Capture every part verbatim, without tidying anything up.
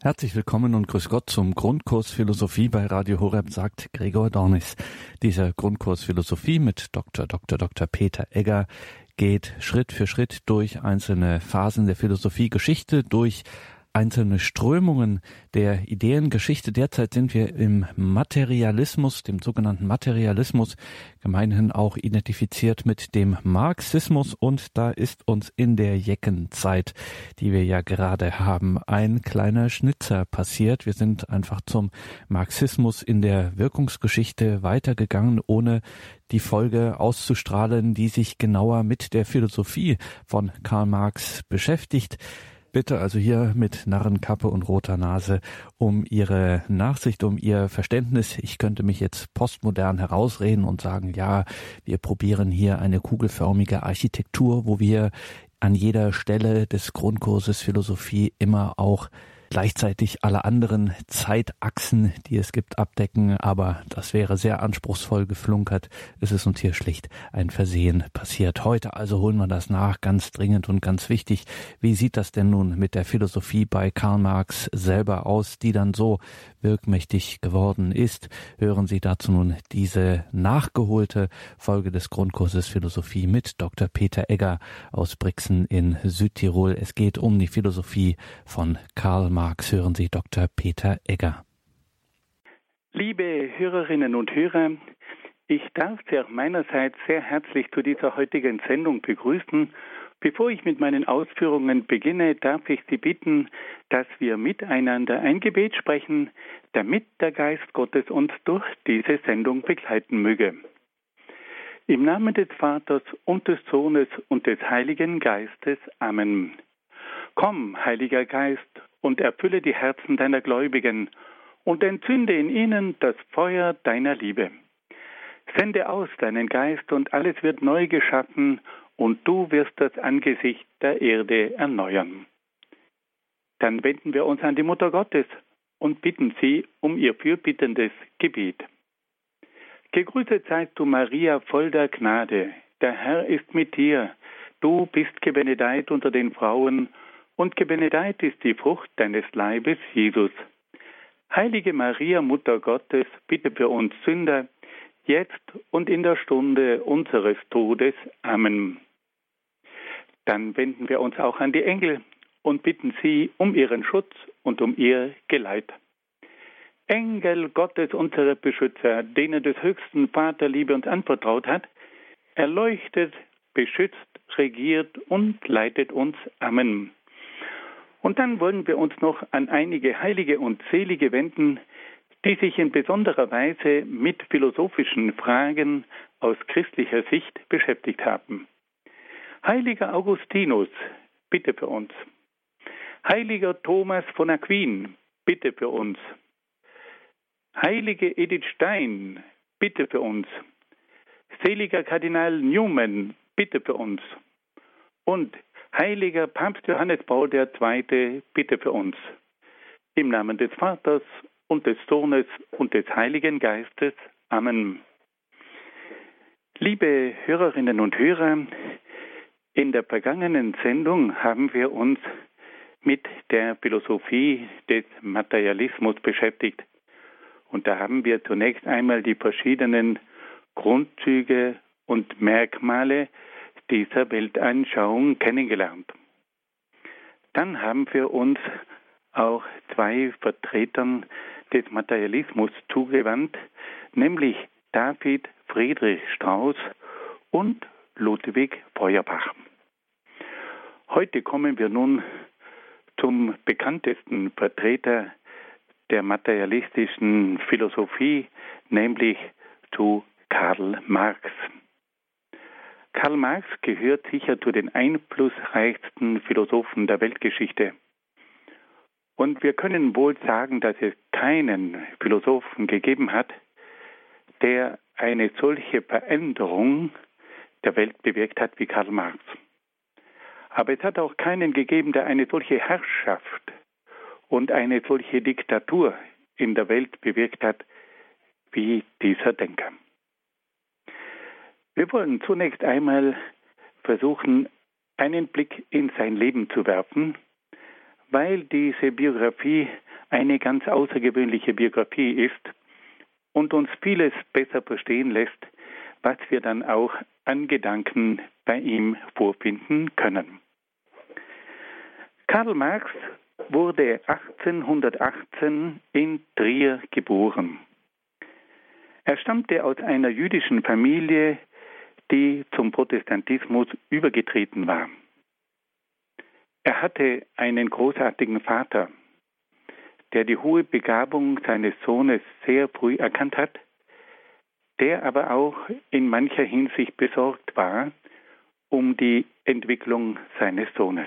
Herzlich willkommen und grüß Gott zum Grundkurs Philosophie bei Radio Horeb, sagt Gregor Dornis. Dieser Grundkurs Philosophie mit Doktor Doktor Doktor Peter Egger geht Schritt für Schritt durch einzelne Phasen der Philosophiegeschichte, durch einzelne Strömungen der Ideengeschichte. Derzeit sind wir im Materialismus, dem sogenannten Materialismus, gemeinhin auch identifiziert mit dem Marxismus. Und da ist uns in der Jeckenzeit, die wir ja gerade haben, ein kleiner Schnitzer passiert. Wir sind einfach zum Marxismus in der Wirkungsgeschichte weitergegangen, ohne die Folge auszustrahlen, die sich genauer mit der Philosophie von Karl Marx beschäftigt. Bitte also hier mit Narrenkappe und roter Nase um Ihre Nachsicht, um Ihr Verständnis. Ich könnte mich jetzt postmodern herausreden und sagen, ja, wir probieren hier eine kugelförmige Architektur, wo wir an jeder Stelle des Grundkurses Philosophie immer auch gleichzeitig alle anderen Zeitachsen, die es gibt, abdecken, aber das wäre sehr anspruchsvoll geflunkert. Es ist uns hier schlicht ein Versehen passiert. Heute also holen wir das nach, ganz dringend und ganz wichtig. Wie sieht das denn nun mit der Philosophie bei Karl Marx selber aus, die dann so wirkmächtig geworden ist? Hören Sie dazu nun diese nachgeholte Folge des Grundkurses Philosophie mit Doktor Peter Egger aus Brixen in Südtirol. Es geht um die Philosophie von Karl Marx. Hören Sie Doktor Peter Egger. Liebe Hörerinnen und Hörer, ich darf Sie auch meinerseits sehr herzlich zu dieser heutigen Sendung begrüßen. Bevor ich mit meinen Ausführungen beginne, darf ich Sie bitten, dass wir miteinander ein Gebet sprechen, damit der Geist Gottes uns durch diese Sendung begleiten möge. Im Namen des Vaters und des Sohnes und des Heiligen Geistes. Amen. Komm, Heiliger Geist, und erfülle die Herzen deiner Gläubigen und entzünde in ihnen das Feuer deiner Liebe. Sende aus deinen Geist und alles wird neu geschaffen und du wirst das Angesicht der Erde erneuern. Dann wenden wir uns an die Mutter Gottes und bitten sie um ihr fürbittendes Gebet. Gegrüßet seist du, Maria, voll der Gnade. Der Herr ist mit dir. Du bist gebenedeit unter den Frauen und gebenedeit ist die Frucht deines Leibes, Jesus. Heilige Maria, Mutter Gottes, bitte für uns Sünder, jetzt und in der Stunde unseres Todes. Amen. Dann wenden wir uns auch an die Engel und bitten sie um ihren Schutz und um ihr Geleit. Engel Gottes, unsere Beschützer, denen des höchsten Vater Liebe uns anvertraut hat, erleuchtet, beschützt, regiert und leitet uns. Amen. Und dann wollen wir uns noch an einige Heilige und Selige wenden, die sich in besonderer Weise mit philosophischen Fragen aus christlicher Sicht beschäftigt haben. Heiliger Augustinus, bitte für uns. Heiliger Thomas von Aquin, bitte für uns. Heilige Edith Stein, bitte für uns. Seliger Kardinal Newman, bitte für uns. Und Heiliger Papst Johannes Paul der Zweite, bitte für uns. Im Namen des Vaters und des Sohnes und des Heiligen Geistes. Amen. Liebe Hörerinnen und Hörer, in der vergangenen Sendung haben wir uns mit der Philosophie des Materialismus beschäftigt. Und da haben wir zunächst einmal die verschiedenen Grundzüge und Merkmale dieser Weltanschauung kennengelernt. Dann haben wir uns auch zwei Vertretern des Materialismus zugewandt, nämlich David Friedrich Strauss und Ludwig Feuerbach. Heute kommen wir nun zum bekanntesten Vertreter der materialistischen Philosophie, nämlich zu Karl Marx. Karl Marx gehört sicher zu den einflussreichsten Philosophen der Weltgeschichte. Und wir können wohl sagen, dass es keinen Philosophen gegeben hat, der eine solche Veränderung der Welt bewirkt hat wie Karl Marx. Aber es hat auch keinen gegeben, der eine solche Herrschaft und eine solche Diktatur in der Welt bewirkt hat wie dieser Denker. Wir wollen zunächst einmal versuchen, einen Blick in sein Leben zu werfen, weil diese Biografie eine ganz außergewöhnliche Biografie ist und uns vieles besser verstehen lässt, was wir dann auch an Gedanken bei ihm vorfinden können. Karl Marx wurde achtzehnhundertachtzehn in Trier geboren. Er stammte aus einer jüdischen Familie, die zum Protestantismus übergetreten war. Er hatte einen großartigen Vater, der die hohe Begabung seines Sohnes sehr früh erkannt hat, der aber auch in mancher Hinsicht besorgt war um die Entwicklung seines Sohnes.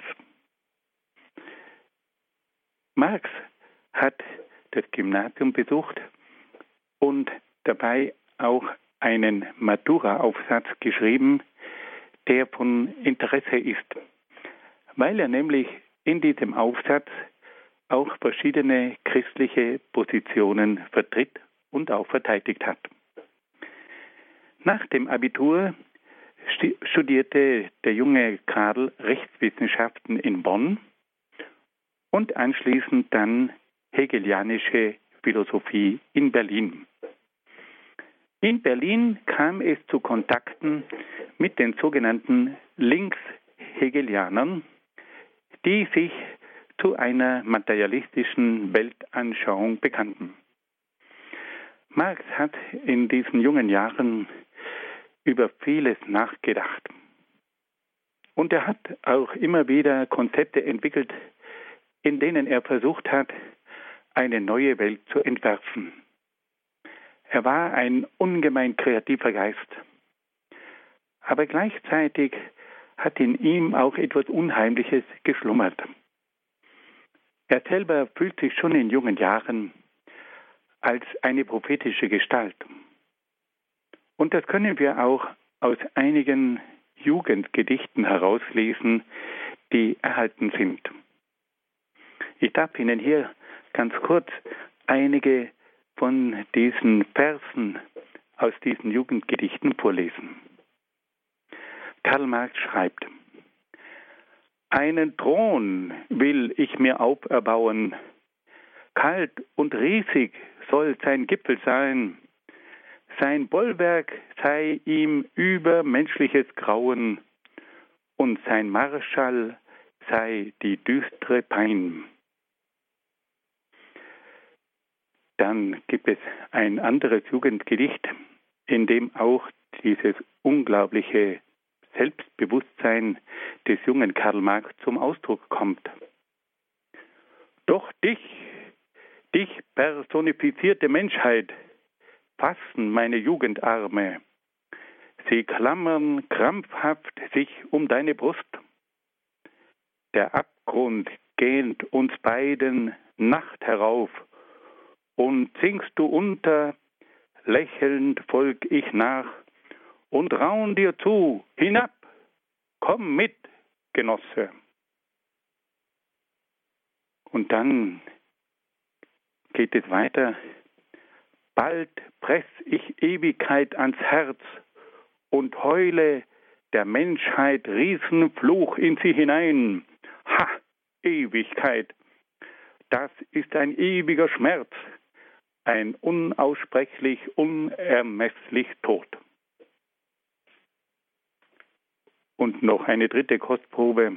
Marx hat das Gymnasium besucht und dabei auch einen Matura-Aufsatz geschrieben, der von Interesse ist, weil er nämlich in diesem Aufsatz auch verschiedene christliche Positionen vertritt und auch verteidigt hat. Nach dem Abitur studierte der junge Karl Rechtswissenschaften in Bonn und anschließend dann hegelianische Philosophie in Berlin. In Berlin kam es zu Kontakten mit den sogenannten Linkshegelianern, die sich zu einer materialistischen Weltanschauung bekannten. Marx hat in diesen jungen Jahren über vieles nachgedacht. Und er hat auch immer wieder Konzepte entwickelt, in denen er versucht hat, eine neue Welt zu entwerfen. Er war ein ungemein kreativer Geist. Aber gleichzeitig hat in ihm auch etwas Unheimliches geschlummert. Er selber fühlt sich schon in jungen Jahren als eine prophetische Gestalt. Und das können wir auch aus einigen Jugendgedichten herauslesen, die erhalten sind. Ich darf Ihnen hier ganz kurz einige von diesen Versen aus diesen Jugendgedichten vorlesen. Karl Marx schreibt: Einen Thron will ich mir auferbauen, kalt und riesig soll sein Gipfel sein, sein Bollwerk sei ihm übermenschliches Grauen und sein Marschall sei die düstere Pein. Dann gibt es ein anderes Jugendgedicht, in dem auch dieses unglaubliche Selbstbewusstsein des jungen Karl Marx zum Ausdruck kommt. Doch dich, dich personifizierte Menschheit, fassen meine Jugendarme. Sie klammern krampfhaft sich um deine Brust. Der Abgrund gähnt uns beiden Nacht herauf, und sinkst du unter, lächelnd folg ich nach und raun dir zu, hinab, komm mit, Genosse. Und dann geht es weiter. Bald press ich Ewigkeit ans Herz und heule der Menschheit Riesenfluch in sie hinein. Ha, Ewigkeit, das ist ein ewiger Schmerz, ein unaussprechlich, unermesslich Tod. Und noch eine dritte Kostprobe.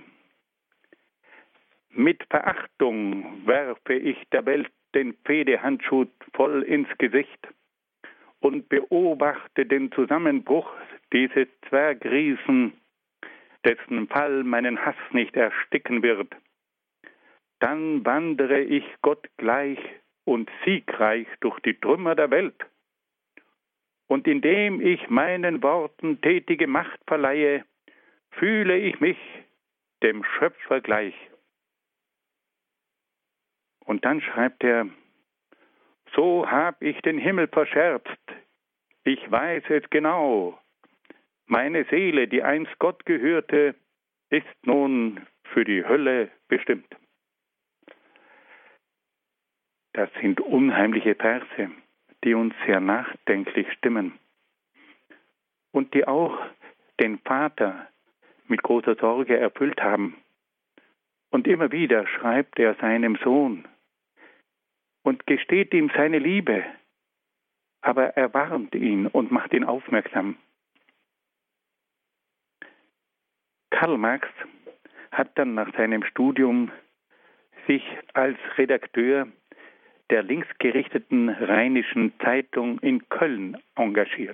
Mit Verachtung werfe ich der Welt den Fehdehandschuh voll ins Gesicht und beobachte den Zusammenbruch dieses Zwergriesen, dessen Fall meinen Hass nicht ersticken wird. Dann wandere ich Gott gleich und siegreich durch die Trümmer der Welt. Und indem ich meinen Worten tätige Macht verleihe, fühle ich mich dem Schöpfer gleich. Und dann schreibt er: So hab ich den Himmel verscherzt, ich weiß es genau. Meine Seele, die einst Gott gehörte, ist nun für die Hölle bestimmt. Das sind unheimliche Verse, die uns sehr nachdenklich stimmen und die auch den Vater mit großer Sorge erfüllt haben. Und immer wieder schreibt er seinem Sohn: und gesteht ihm seine Liebe, aber er warnt ihn und macht ihn aufmerksam. Karl Marx hat dann nach seinem Studium sich als Redakteur der linksgerichteten Rheinischen Zeitung in Köln engagiert.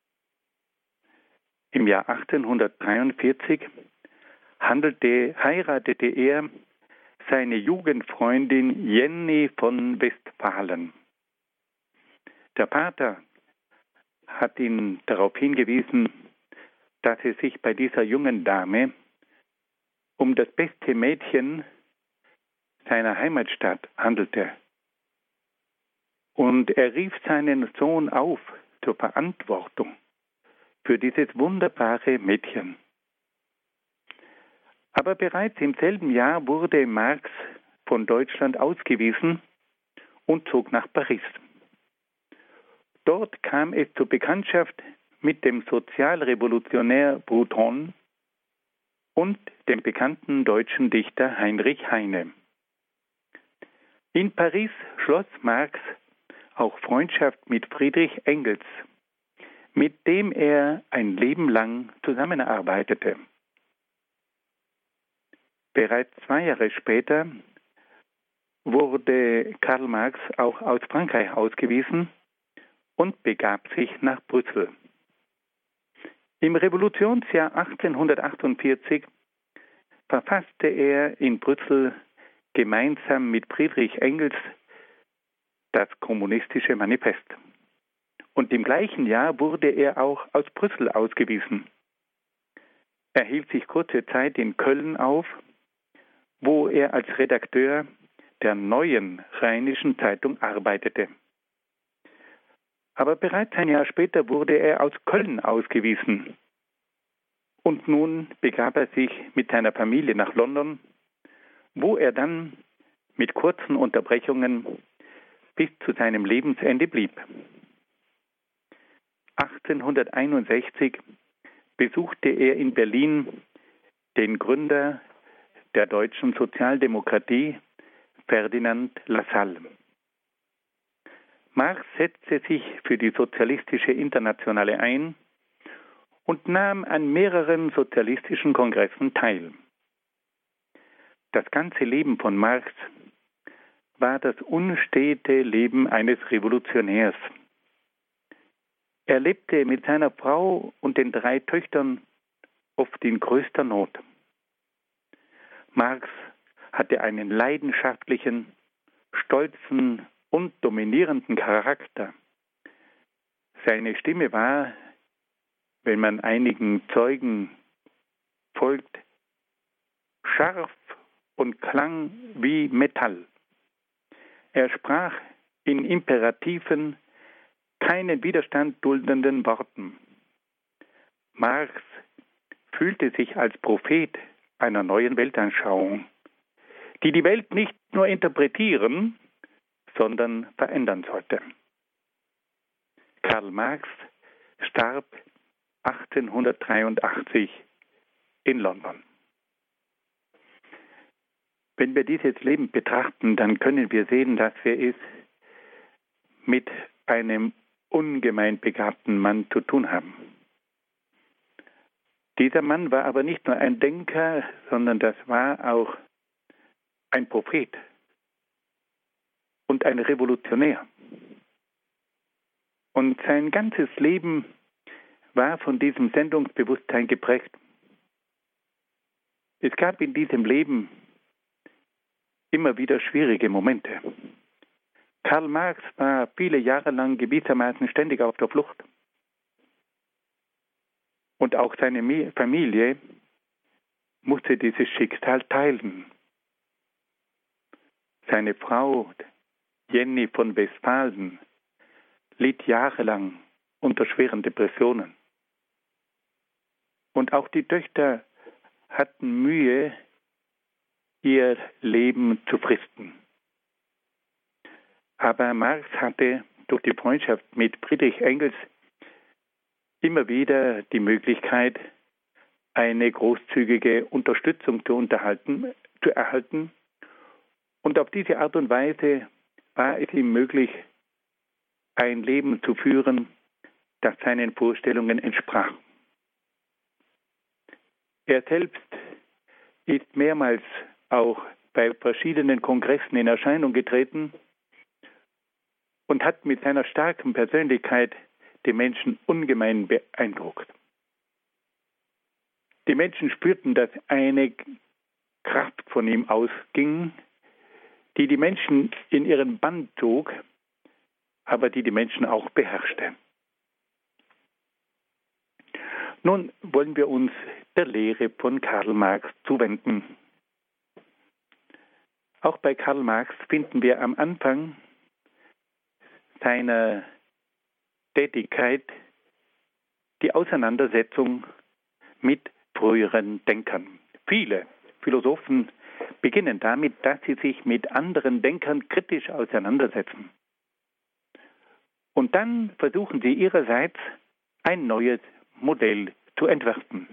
Im Jahr achtzehnhundertdreiundvierzig handelte, heiratete er seine Jugendfreundin Jenny von Westphalen. Der Vater hat ihn darauf hingewiesen, dass es sich bei dieser jungen Dame um das beste Mädchen seiner Heimatstadt handelte. Und er rief seinen Sohn auf zur Verantwortung für dieses wunderbare Mädchen. Aber bereits im selben Jahr wurde Marx von Deutschland ausgewiesen und zog nach Paris. Dort kam es zur Bekanntschaft mit dem Sozialrevolutionär Proudhon und dem bekannten deutschen Dichter Heinrich Heine. In Paris schloss Marx auch Freundschaft mit Friedrich Engels, mit dem er ein Leben lang zusammenarbeitete. Bereits zwei Jahre später wurde Karl Marx auch aus Frankreich ausgewiesen und begab sich nach Brüssel. Im Revolutionsjahr achtzehnhundertachtundvierzig verfasste er in Brüssel gemeinsam mit Friedrich Engels das Kommunistische Manifest. Und im gleichen Jahr wurde er auch aus Brüssel ausgewiesen. Er hielt sich kurze Zeit in Köln auf, wo er als Redakteur der Neuen Rheinischen Zeitung arbeitete. Aber bereits ein Jahr später wurde er aus Köln ausgewiesen. Und nun begab er sich mit seiner Familie nach London, wo er dann mit kurzen Unterbrechungen bis zu seinem Lebensende blieb. achtzehnhunderteinundsechzig besuchte er in Berlin den Gründer der deutschen Sozialdemokratie, Ferdinand Lassalle. Marx setzte sich für die Sozialistische Internationale ein und nahm an mehreren sozialistischen Kongressen teil. Das ganze Leben von Marx war das unstete Leben eines Revolutionärs. Er lebte mit seiner Frau und den drei Töchtern oft in größter Not. Marx hatte einen leidenschaftlichen, stolzen und dominierenden Charakter. Seine Stimme war, wenn man einigen Zeugen folgt, scharf und klang wie Metall. Er sprach in imperativen, keinen Widerstand duldenden Worten. Marx fühlte sich als Prophet einer neuen Weltanschauung, die die Welt nicht nur interpretieren, sondern verändern sollte. Karl Marx starb achtzehnhundertdreiundachtzig in London. Wenn wir dieses Leben betrachten, dann können wir sehen, dass wir es mit einem ungemein begabten Mann zu tun haben. Dieser Mann war aber nicht nur ein Denker, sondern das war auch ein Prophet und ein Revolutionär. Und sein ganzes Leben war von diesem Sendungsbewusstsein geprägt. Es gab in diesem Leben immer wieder schwierige Momente. Karl Marx war viele Jahre lang gewissermaßen ständig auf der Flucht. Und auch seine Familie musste dieses Schicksal teilen. Seine Frau, Jenny von Westphalen, litt jahrelang unter schweren Depressionen. Und auch die Töchter hatten Mühe, ihr Leben zu fristen. Aber Marx hatte durch die Freundschaft mit Friedrich Engels immer wieder die Möglichkeit, eine großzügige Unterstützung zu, unterhalten, zu erhalten. Und auf diese Art und Weise war es ihm möglich, ein Leben zu führen, das seinen Vorstellungen entsprach. Er selbst ist mehrmals auch bei verschiedenen Kongressen in Erscheinung getreten und hat mit seiner starken Persönlichkeit die Menschen ungemein beeindruckt. Die Menschen spürten, dass eine Kraft von ihm ausging, die die Menschen in ihren Bann zog, aber die die Menschen auch beherrschte. Nun wollen wir uns der Lehre von Karl Marx zuwenden. Auch bei Karl Marx finden wir am Anfang seiner Tätigkeit die Auseinandersetzung mit früheren Denkern. Viele Philosophen beginnen damit, dass sie sich mit anderen Denkern kritisch auseinandersetzen. Und dann versuchen sie ihrerseits ein neues Modell zu entwerfen.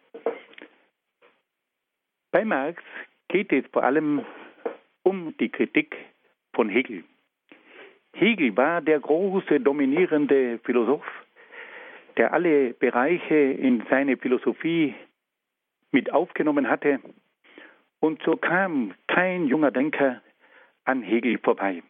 Bei Marx geht es vor allem um die Kritik von Hegel. Hegel war der große, dominierende Philosoph, der alle Bereiche in seine Philosophie mit aufgenommen hatte. Und so kam kein junger Denker an Hegel vorbei.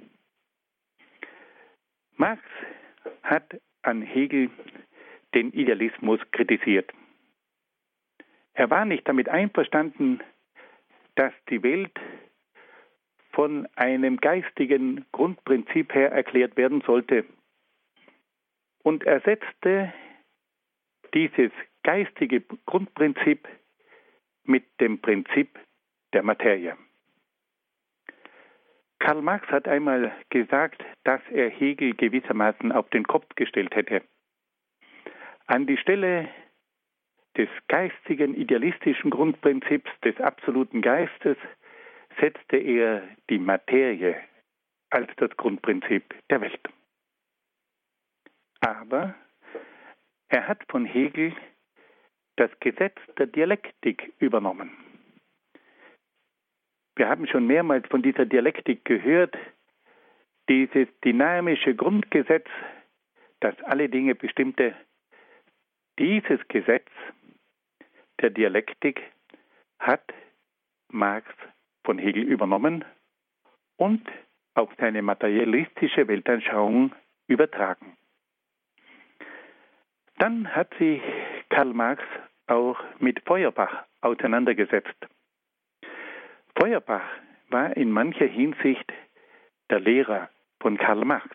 Marx hat an Hegel den Idealismus kritisiert. Er war nicht damit einverstanden, dass die Welt von einem geistigen Grundprinzip her erklärt werden sollte. Und er setzte dieses geistige Grundprinzip mit dem Prinzip der Materie. Karl Marx hat einmal gesagt, dass er Hegel gewissermaßen auf den Kopf gestellt hätte. An die Stelle des geistigen, idealistischen Grundprinzips des absoluten Geistes setzte er die Materie als das Grundprinzip der Welt. Aber er hat von Hegel das Gesetz der Dialektik übernommen. Wir haben schon mehrmals von dieser Dialektik gehört, dieses dynamische Grundgesetz, das alle Dinge bestimmte. Dieses Gesetz der Dialektik hat Marx von Hegel übernommen und auf seine materialistische Weltanschauung übertragen. Dann hat sich Karl Marx auch mit Feuerbach auseinandergesetzt. Feuerbach war in mancher Hinsicht der Lehrer von Karl Marx.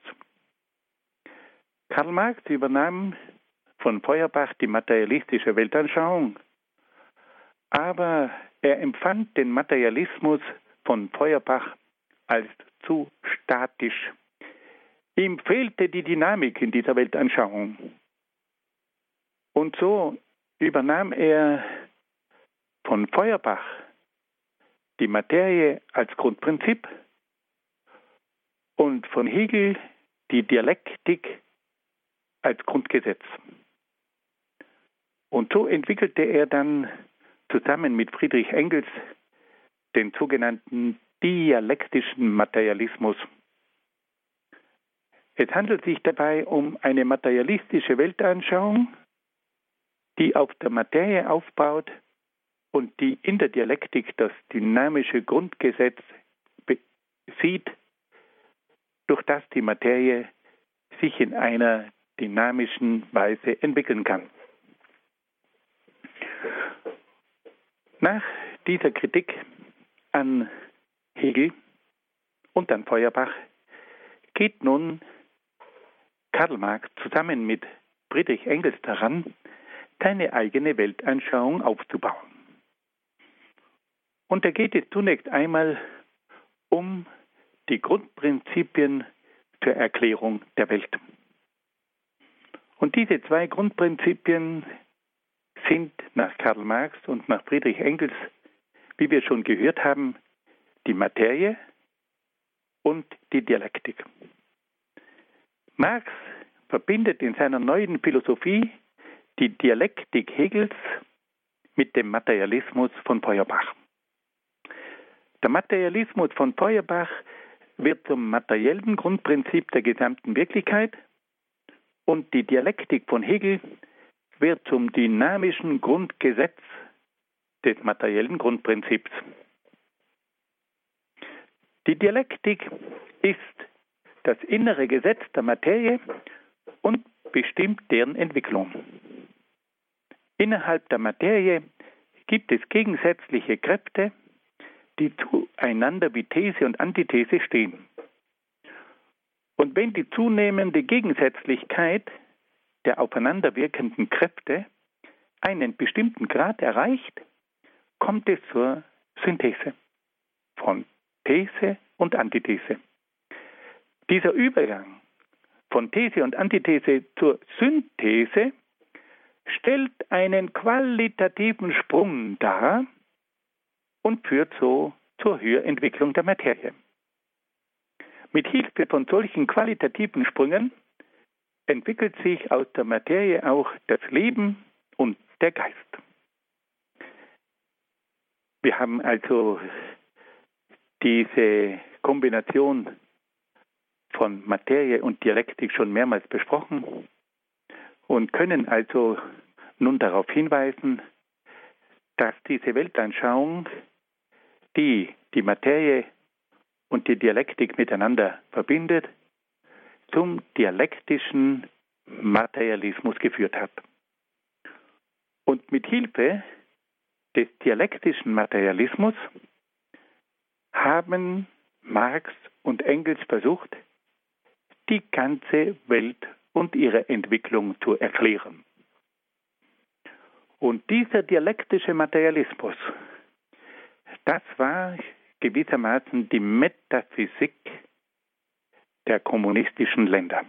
Karl Marx übernahm von Feuerbach die materialistische Weltanschauung, aber er empfand den Materialismus von Feuerbach als zu statisch. Ihm fehlte die Dynamik in dieser Weltanschauung. Und so übernahm er von Feuerbach die Materie als Grundprinzip und von Hegel die Dialektik als Grundgesetz. Und so entwickelte er dann zusammen mit Friedrich Engels den sogenannten dialektischen Materialismus. Es handelt sich dabei um eine materialistische Weltanschauung, die auf der Materie aufbaut und die in der Dialektik das dynamische Grundgesetz sieht, durch das die Materie sich in einer dynamischen Weise entwickeln kann. Nach dieser Kritik an Hegel und an Feuerbach geht nun Karl Marx zusammen mit Friedrich Engels daran, seine eigene Weltanschauung aufzubauen. Und da geht es zunächst einmal um die Grundprinzipien zur Erklärung der Welt. Und diese zwei Grundprinzipien sind nach Karl Marx und nach Friedrich Engels, wie wir schon gehört haben, die Materie und die Dialektik. Marx verbindet in seiner neuen Philosophie die Dialektik Hegels mit dem Materialismus von Feuerbach. Der Materialismus von Feuerbach wird zum materiellen Grundprinzip der gesamten Wirklichkeit und die Dialektik von Hegel wird zum dynamischen Grundgesetz des materiellen Grundprinzips. Die Dialektik ist das innere Gesetz der Materie und bestimmt deren Entwicklung. Innerhalb der Materie gibt es gegensätzliche Kräfte, die zueinander wie These und Antithese stehen. Und wenn die zunehmende Gegensätzlichkeit der aufeinanderwirkenden Kräfte einen bestimmten Grad erreicht, kommt es zur Synthese von These und Antithese. Dieser Übergang von These und Antithese zur Synthese stellt einen qualitativen Sprung dar und führt so zur Höherentwicklung der Materie. Mit Hilfe von solchen qualitativen Sprüngen entwickelt sich aus der Materie auch das Leben und der Geist. Wir haben also diese Kombination von Materie und Dialektik schon mehrmals besprochen und können also nun darauf hinweisen, dass diese Weltanschauung, die die Materie und die Dialektik miteinander verbindet, zum dialektischen Materialismus geführt hat. Und mit Hilfe des dialektischen Materialismus haben Marx und Engels versucht, die ganze Welt und ihre Entwicklung zu erklären. Und dieser dialektische Materialismus, das war gewissermaßen die Metaphysik der kommunistischen Länder.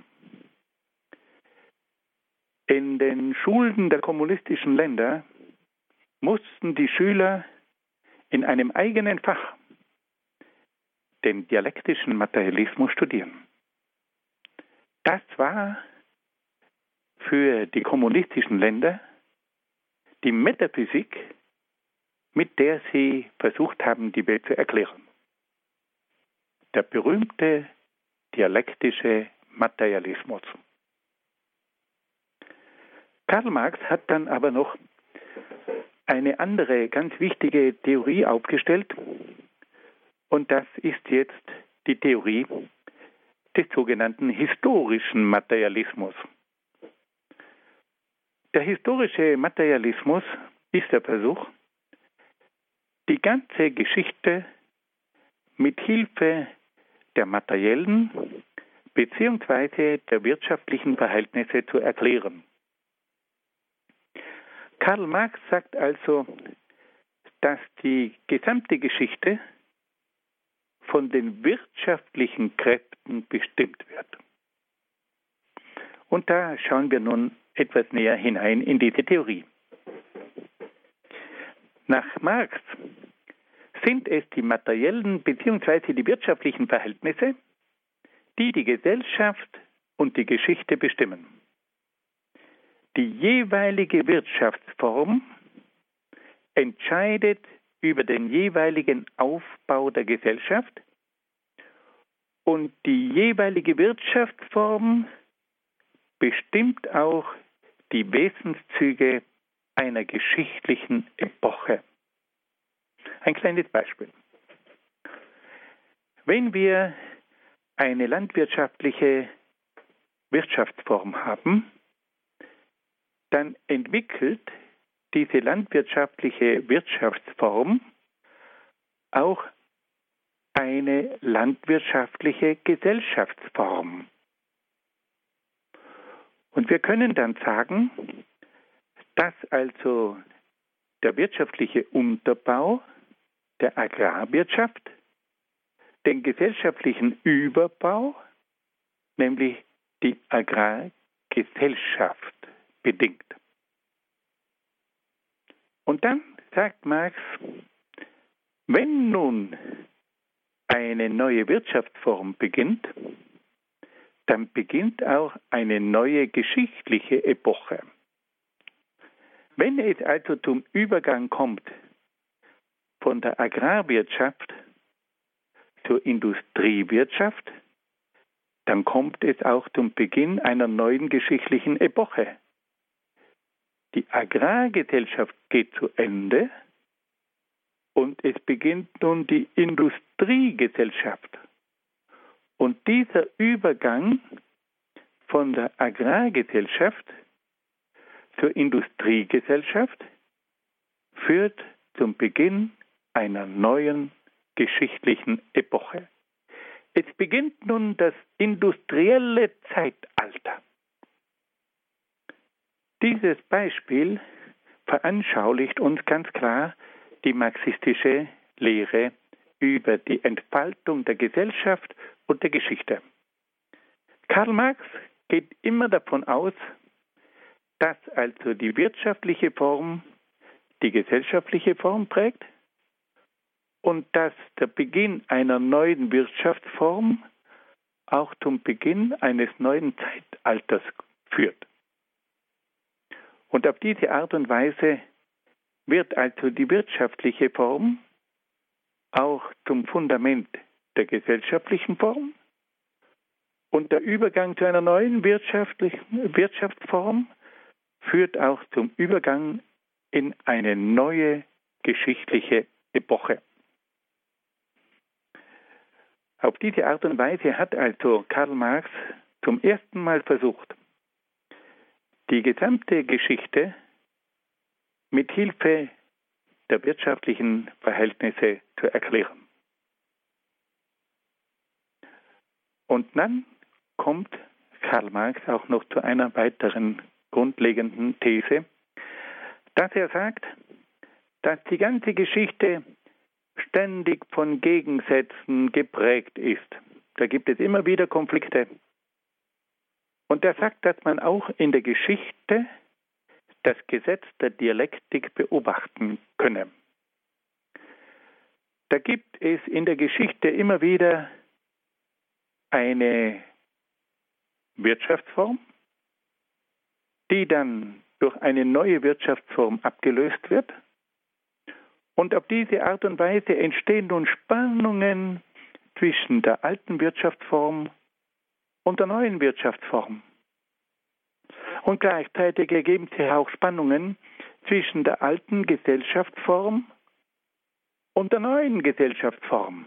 In den Schulen der kommunistischen Länder mussten die Schüler in einem eigenen Fach den dialektischen Materialismus studieren. Das war für die kommunistischen Länder die Metaphysik, mit der sie versucht haben, die Welt zu erklären. Der berühmte dialektische Materialismus. Karl Marx hat dann aber noch eine andere ganz wichtige Theorie aufgestellt, und das ist jetzt die Theorie des sogenannten historischen Materialismus. Der historische Materialismus ist der Versuch, die ganze Geschichte mit Hilfe der materiellen bzw. der wirtschaftlichen Verhältnisse zu erklären. Karl Marx sagt also, dass die gesamte Geschichte von den wirtschaftlichen Kräften bestimmt wird. Und da schauen wir nun etwas näher hinein in diese Theorie. Nach Marx sind es die materiellen bzw. die wirtschaftlichen Verhältnisse, die die Gesellschaft und die Geschichte bestimmen. Die jeweilige Wirtschaftsform entscheidet über den jeweiligen Aufbau der Gesellschaft und die jeweilige Wirtschaftsform bestimmt auch die Wesenszüge einer geschichtlichen Epoche. Ein kleines Beispiel. Wenn wir eine landwirtschaftliche Wirtschaftsform haben, dann entwickelt diese landwirtschaftliche Wirtschaftsform auch eine landwirtschaftliche Gesellschaftsform. Und wir können dann sagen, dass also der wirtschaftliche Unterbau der Agrarwirtschaft den gesellschaftlichen Überbau, nämlich die Agrargesellschaft, bedingt. Und dann sagt Marx, wenn nun eine neue Wirtschaftsform beginnt, dann beginnt auch eine neue geschichtliche Epoche. Wenn es also zum Übergang kommt von der Agrarwirtschaft zur Industriewirtschaft, dann kommt es auch zum Beginn einer neuen geschichtlichen Epoche. Die Agrargesellschaft geht zu Ende und es beginnt nun die Industriegesellschaft. Und dieser Übergang von der Agrargesellschaft zur Industriegesellschaft führt zum Beginn einer neuen geschichtlichen Epoche. Es beginnt nun das industrielle Zeitalter. Dieses Beispiel veranschaulicht uns ganz klar die marxistische Lehre über die Entfaltung der Gesellschaft und der Geschichte. Karl Marx geht immer davon aus, dass also die wirtschaftliche Form die gesellschaftliche Form prägt und dass der Beginn einer neuen Wirtschaftsform auch zum Beginn eines neuen Zeitalters führt. Und auf diese Art und Weise wird also die wirtschaftliche Form auch zum Fundament der gesellschaftlichen Form und der Übergang zu einer neuen wirtschaftlichen Wirtschaftsform führt auch zum Übergang in eine neue geschichtliche Epoche. Auf diese Art und Weise hat also Karl Marx zum ersten Mal versucht, die gesamte Geschichte mit Hilfe der wirtschaftlichen Verhältnisse zu erklären. Und dann kommt Karl Marx auch noch zu einer weiteren grundlegenden These, dass er sagt, dass die ganze Geschichte ständig von Gegensätzen geprägt ist. Da gibt es immer wieder Konflikte. Und er sagt, dass man auch in der Geschichte das Gesetz der Dialektik beobachten könne. Da gibt es in der Geschichte immer wieder eine Wirtschaftsform, die dann durch eine neue Wirtschaftsform abgelöst wird. Und auf diese Art und Weise entstehen nun Spannungen zwischen der alten Wirtschaftsform und der neuen Wirtschaftsform. Und gleichzeitig ergeben sich auch Spannungen zwischen der alten Gesellschaftsform und der neuen Gesellschaftsform.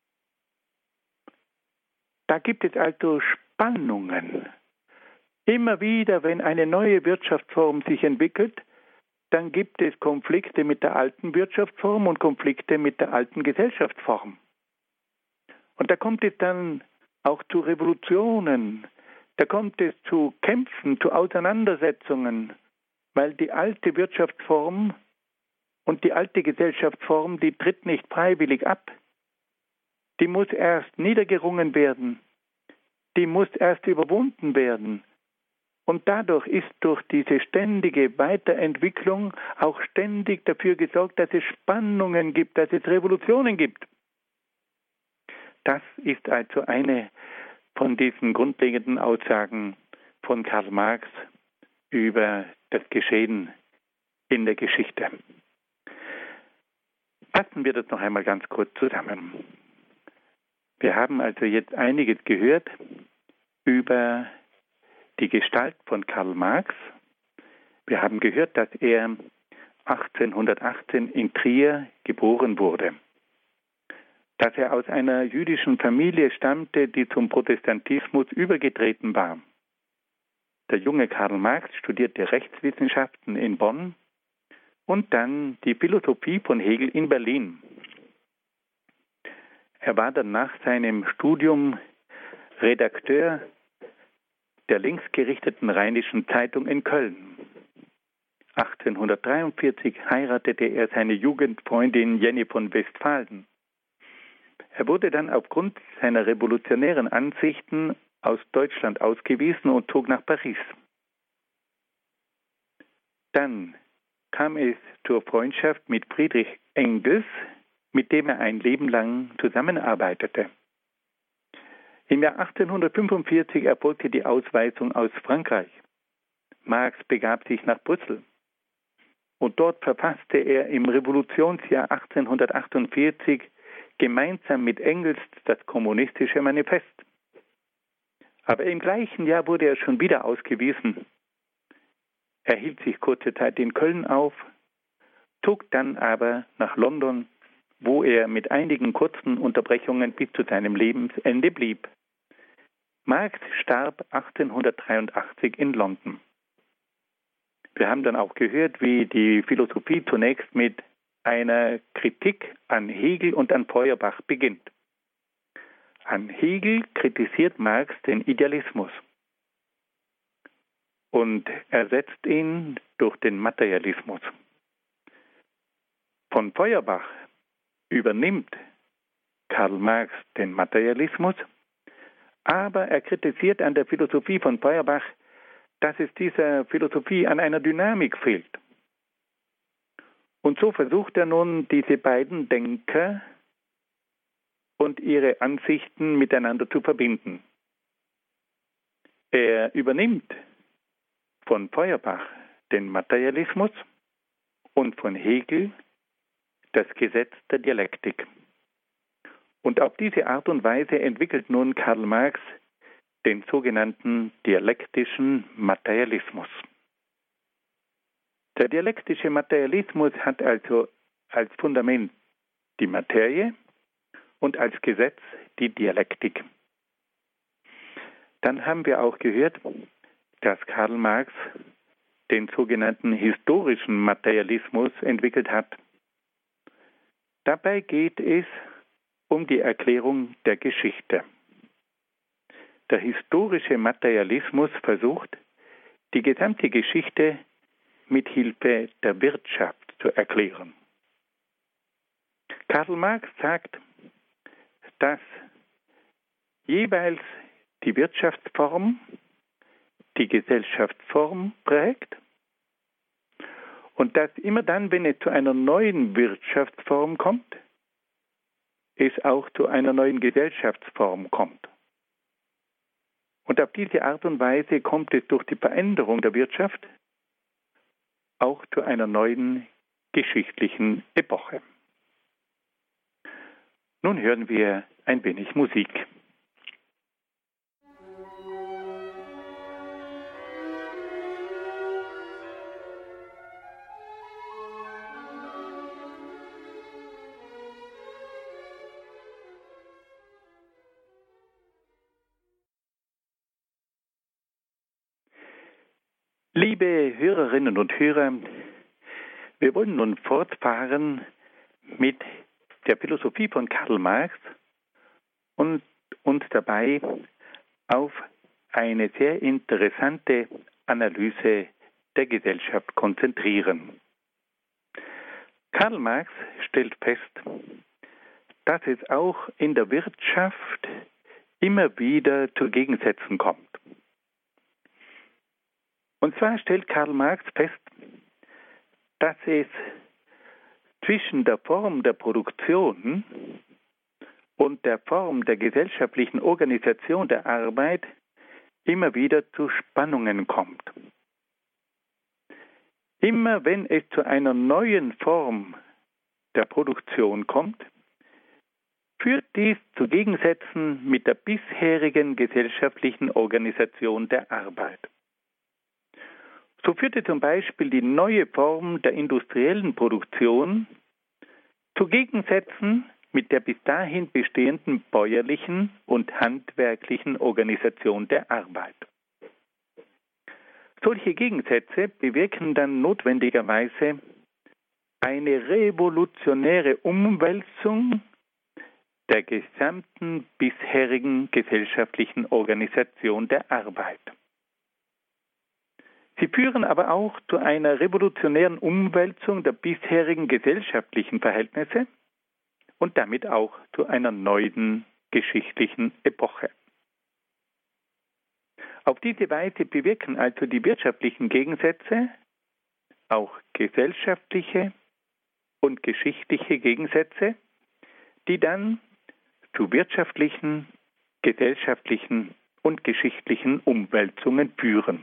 Da gibt es also Spannungen. Immer wieder, wenn eine neue Wirtschaftsform sich entwickelt, dann gibt es Konflikte mit der alten Wirtschaftsform und Konflikte mit der alten Gesellschaftsform. Und da kommt es dann auch zu Revolutionen, da kommt es zu Kämpfen, zu Auseinandersetzungen, weil die alte Wirtschaftsform und die alte Gesellschaftsform, die tritt nicht freiwillig ab. Die muss erst niedergerungen werden, die muss erst überwunden werden. Und dadurch ist durch diese ständige Weiterentwicklung auch ständig dafür gesorgt, dass es Spannungen gibt, dass es Revolutionen gibt. Das ist also eine von diesen grundlegenden Aussagen von Karl Marx über das Geschehen in der Geschichte. Fassen wir das noch einmal ganz kurz zusammen. Wir haben also jetzt einiges gehört über die Gestalt von Karl Marx. Wir haben gehört, dass er achtzehnhundertachtzehn in Trier geboren wurde, dass er aus einer jüdischen Familie stammte, die zum Protestantismus übergetreten war. Der junge Karl Marx studierte Rechtswissenschaften in Bonn und dann die Philosophie von Hegel in Berlin. Er war dann nach seinem Studium Redakteur der linksgerichteten Rheinischen Zeitung in Köln. achtzehnhundertdreiundvierzig heiratete er seine Jugendfreundin Jenny von Westphalen. Er wurde dann aufgrund seiner revolutionären Ansichten aus Deutschland ausgewiesen und zog nach Paris. Dann kam es zur Freundschaft mit Friedrich Engels, mit dem er ein Leben lang zusammenarbeitete. Im Jahr achtzehnhundertfünfundvierzig erfolgte die Ausweisung aus Frankreich. Marx begab sich nach Brüssel. Und dort verfasste er im Revolutionsjahr achtzehnhundertachtundvierzig gemeinsam mit Engels das kommunistische Manifest. Aber im gleichen Jahr wurde er schon wieder ausgewiesen. Er hielt sich kurze Zeit in Köln auf, zog dann aber nach London, wo er mit einigen kurzen Unterbrechungen bis zu seinem Lebensende blieb. Marx starb achtzehnhundertdreiundachtzig in London. Wir haben dann auch gehört, wie die Philosophie zunächst mit einer Kritik an Hegel und an Feuerbach beginnt. An Hegel kritisiert Marx den Idealismus und ersetzt ihn durch den Materialismus. Von Feuerbach übernimmt Karl Marx den Materialismus, aber er kritisiert an der Philosophie von Feuerbach, dass es dieser Philosophie an einer Dynamik fehlt. Und so versucht er nun, diese beiden Denker und ihre Ansichten miteinander zu verbinden. Er übernimmt von Feuerbach den Materialismus und von Hegel das Gesetz der Dialektik. Und auf diese Art und Weise entwickelt nun Karl Marx den sogenannten dialektischen Materialismus. Der dialektische Materialismus hat also als Fundament die Materie und als Gesetz die Dialektik. Dann haben wir auch gehört, dass Karl Marx den sogenannten historischen Materialismus entwickelt hat. Dabei geht es um die Erklärung der Geschichte. Der historische Materialismus versucht, die gesamte Geschichte mit Hilfe der Wirtschaft zu erklären. Karl Marx sagt, dass jeweils die Wirtschaftsform die Gesellschaftsform prägt und dass immer dann, wenn es zu einer neuen Wirtschaftsform kommt, es auch zu einer neuen Gesellschaftsform kommt. Und auf diese Art und Weise kommt es durch die Veränderung der Wirtschaft auch zu einer neuen geschichtlichen Epoche. Nun hören wir ein wenig Musik. Liebe Hörerinnen und Hörer, wir wollen nun fortfahren mit der Philosophie von Karl Marx und uns dabei auf eine sehr interessante Analyse der Gesellschaft konzentrieren. Karl Marx stellt fest, dass es auch in der Wirtschaft immer wieder zu Gegensätzen kommt. Und zwar stellt Karl Marx fest, dass es zwischen der Form der Produktion und der Form der gesellschaftlichen Organisation der Arbeit immer wieder zu Spannungen kommt. Immer wenn es zu einer neuen Form der Produktion kommt, führt dies zu Gegensätzen mit der bisherigen gesellschaftlichen Organisation der Arbeit. So führte zum Beispiel die neue Form der industriellen Produktion zu Gegensätzen mit der bis dahin bestehenden bäuerlichen und handwerklichen Organisation der Arbeit. Solche Gegensätze bewirken dann notwendigerweise eine revolutionäre Umwälzung der gesamten bisherigen gesellschaftlichen Organisation der Arbeit. Sie führen aber auch zu einer revolutionären Umwälzung der bisherigen gesellschaftlichen Verhältnisse und damit auch zu einer neuen geschichtlichen Epoche. Auf diese Weise bewirken also die wirtschaftlichen Gegensätze auch gesellschaftliche und geschichtliche Gegensätze, die dann zu wirtschaftlichen, gesellschaftlichen und geschichtlichen Umwälzungen führen.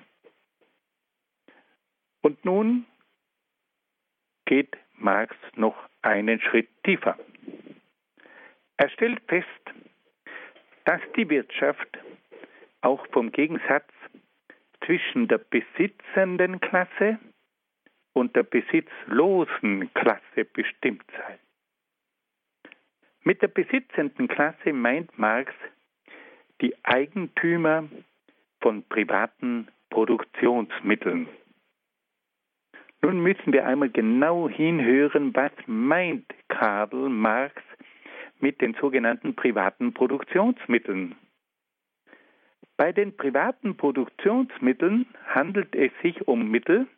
Und nun geht Marx noch einen Schritt tiefer. Er stellt fest, dass die Wirtschaft auch vom Gegensatz zwischen der besitzenden Klasse und der besitzlosen Klasse bestimmt sei. Mit der besitzenden Klasse meint Marx die Eigentümer von privaten Produktionsmitteln. Nun müssen wir einmal genau hinhören, was meint Karl Marx mit den sogenannten privaten Produktionsmitteln. Bei den privaten Produktionsmitteln handelt es sich um Mittel,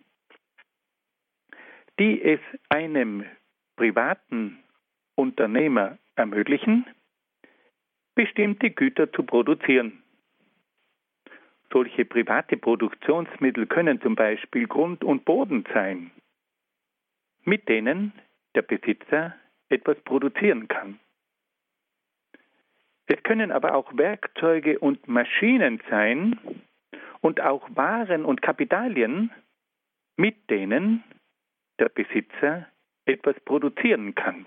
die es einem privaten Unternehmer ermöglichen, bestimmte Güter zu produzieren. Solche private Produktionsmittel können zum Beispiel Grund und Boden sein, mit denen der Besitzer etwas produzieren kann. Es können aber auch Werkzeuge und Maschinen sein und auch Waren und Kapitalien, mit denen der Besitzer etwas produzieren kann.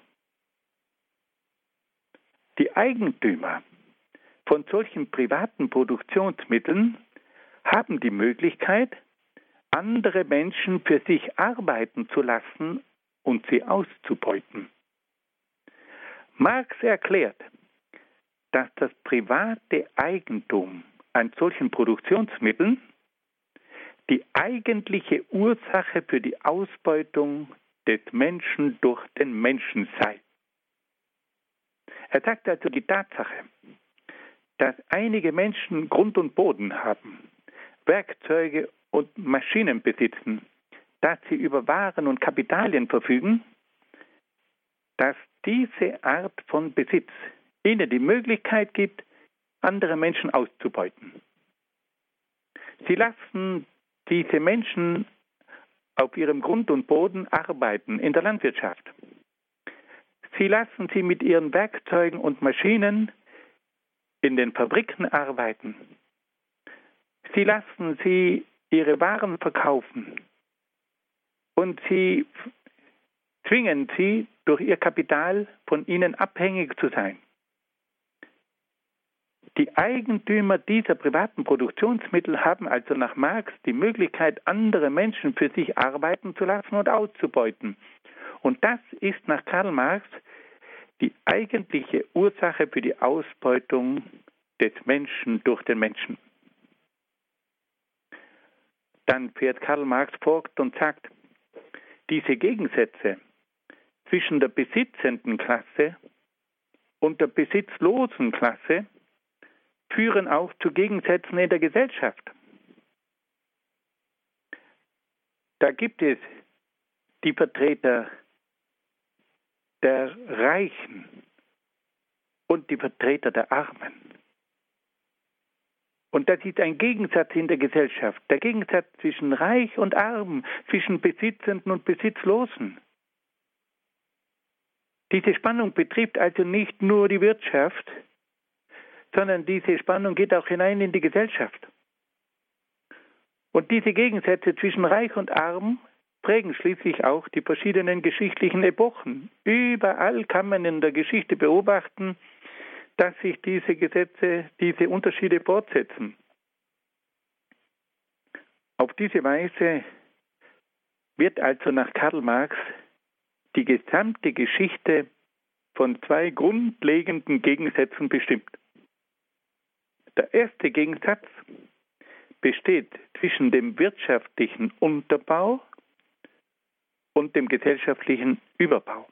Die Eigentümer von solchen privaten Produktionsmitteln haben die Möglichkeit, andere Menschen für sich arbeiten zu lassen und sie auszubeuten. Marx erklärt, dass das private Eigentum an solchen Produktionsmitteln die eigentliche Ursache für die Ausbeutung des Menschen durch den Menschen sei. Er sagt also, die Tatsache, dass einige Menschen Grund und Boden haben, Werkzeuge und Maschinen besitzen, dass sie über Waren und Kapitalien verfügen, dass diese Art von Besitz ihnen die Möglichkeit gibt, andere Menschen auszubeuten. Sie lassen diese Menschen auf ihrem Grund und Boden arbeiten in der Landwirtschaft. Sie lassen sie mit ihren Werkzeugen und Maschinen in den Fabriken arbeiten. Sie lassen sie ihre Waren verkaufen und sie zwingen sie durch ihr Kapital von ihnen abhängig zu sein. Die Eigentümer dieser privaten Produktionsmittel haben also nach Marx die Möglichkeit, andere Menschen für sich arbeiten zu lassen und auszubeuten. Und das ist nach Karl Marx die eigentliche Ursache für die Ausbeutung des Menschen durch den Menschen. Dann fährt Karl Marx fort und sagt, diese Gegensätze zwischen der besitzenden Klasse und der besitzlosen Klasse führen auch zu Gegensätzen in der Gesellschaft. Da gibt es die Vertreter der Reichen und die Vertreter der Armen. Und das ist ein Gegensatz in der Gesellschaft, der Gegensatz zwischen Reich und Arm, zwischen Besitzenden und Besitzlosen. Diese Spannung betrifft also nicht nur die Wirtschaft, sondern diese Spannung geht auch hinein in die Gesellschaft. Und diese Gegensätze zwischen Reich und Arm prägen schließlich auch die verschiedenen geschichtlichen Epochen. Überall kann man in der Geschichte beobachten, dass sich diese Gesetze, diese Unterschiede fortsetzen. Auf diese Weise wird also nach Karl Marx die gesamte Geschichte von zwei grundlegenden Gegensätzen bestimmt. Der erste Gegensatz besteht zwischen dem wirtschaftlichen Unterbau und dem gesellschaftlichen Überbau.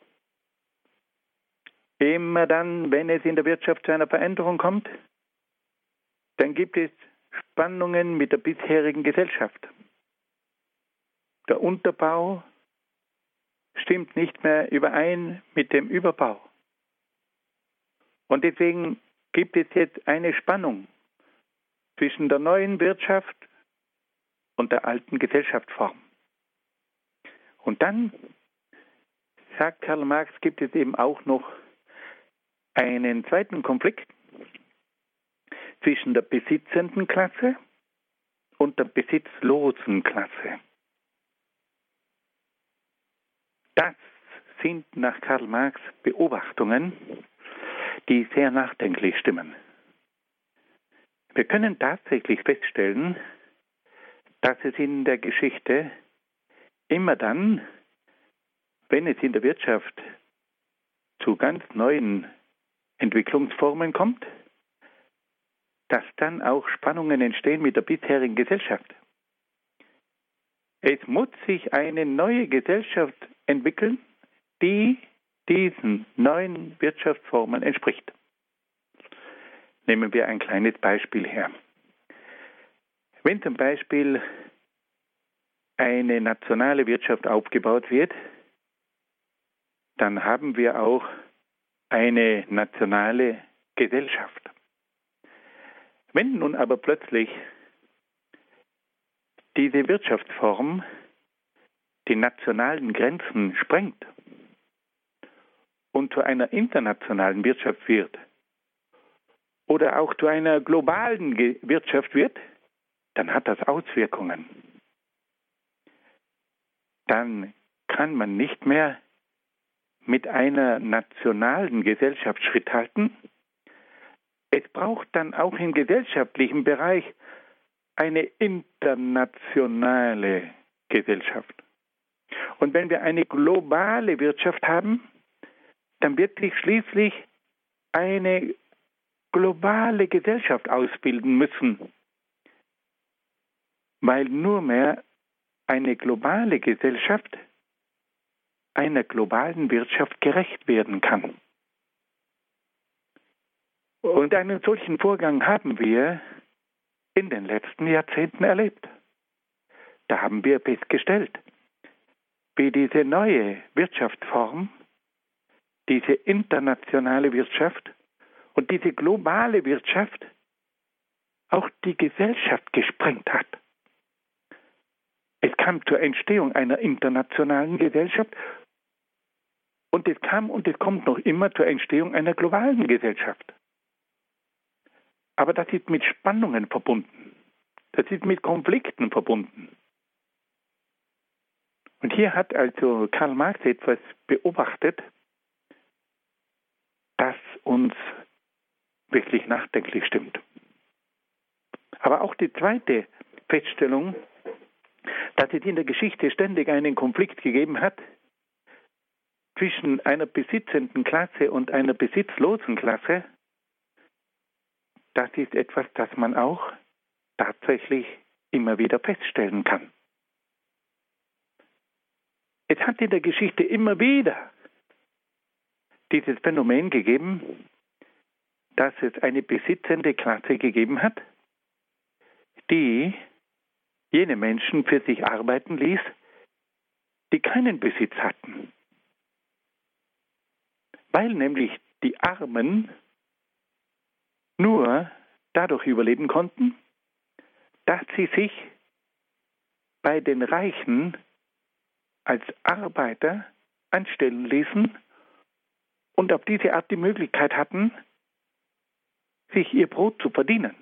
Immer dann, wenn es in der Wirtschaft zu einer Veränderung kommt, dann gibt es Spannungen mit der bisherigen Gesellschaft. Der Unterbau stimmt nicht mehr überein mit dem Überbau. Und deswegen gibt es jetzt eine Spannung zwischen der neuen Wirtschaft und der alten Gesellschaftsform. Und dann, sagt Karl Marx, gibt es eben auch noch einen zweiten Konflikt zwischen der besitzenden Klasse und der besitzlosen Klasse. Das sind nach Karl Marx Beobachtungen, die sehr nachdenklich stimmen. Wir können tatsächlich feststellen, dass es in der Geschichte immer dann, wenn es in der Wirtschaft zu ganz neuen Entwicklungsformen kommt, dass dann auch Spannungen entstehen mit der bisherigen Gesellschaft. Es muss sich eine neue Gesellschaft entwickeln, die diesen neuen Wirtschaftsformen entspricht. Nehmen wir ein kleines Beispiel her. Wenn zum Beispiel eine nationale Wirtschaft aufgebaut wird, dann haben wir auch eine nationale Gesellschaft. Wenn nun aber plötzlich diese Wirtschaftsform die nationalen Grenzen sprengt und zu einer internationalen Wirtschaft wird oder auch zu einer globalen Wirtschaft wird, dann hat das Auswirkungen. Dann kann man nicht mehr mit einer nationalen Gesellschaft Schritt halten. Es braucht dann auch im gesellschaftlichen Bereich eine internationale Gesellschaft. Und wenn wir eine globale Wirtschaft haben, dann wird sich schließlich eine globale Gesellschaft ausbilden müssen, weil nur mehr eine globale Gesellschaft einer globalen Wirtschaft gerecht werden kann. Und einen solchen Vorgang haben wir in den letzten Jahrzehnten erlebt. Da haben wir festgestellt, wie diese neue Wirtschaftsform, diese internationale Wirtschaft und diese globale Wirtschaft auch die Gesellschaft gesprengt hat. Es kam zur Entstehung einer internationalen Gesellschaft und es kam und es kommt noch immer zur Entstehung einer globalen Gesellschaft. Aber das ist mit Spannungen verbunden. Das ist mit Konflikten verbunden. Und hier hat also Karl Marx etwas beobachtet, das uns wirklich nachdenklich stimmt. Aber auch die zweite Feststellung, dass es in der Geschichte ständig einen Konflikt gegeben hat zwischen einer besitzenden Klasse und einer besitzlosen Klasse, das ist etwas, das man auch tatsächlich immer wieder feststellen kann. Es hat in der Geschichte immer wieder dieses Phänomen gegeben, dass es eine besitzende Klasse gegeben hat, die jene Menschen für sich arbeiten ließ, die keinen Besitz hatten. Weil nämlich die Armen nur dadurch überleben konnten, dass sie sich bei den Reichen als Arbeiter anstellen ließen und auf diese Art die Möglichkeit hatten, sich ihr Brot zu verdienen.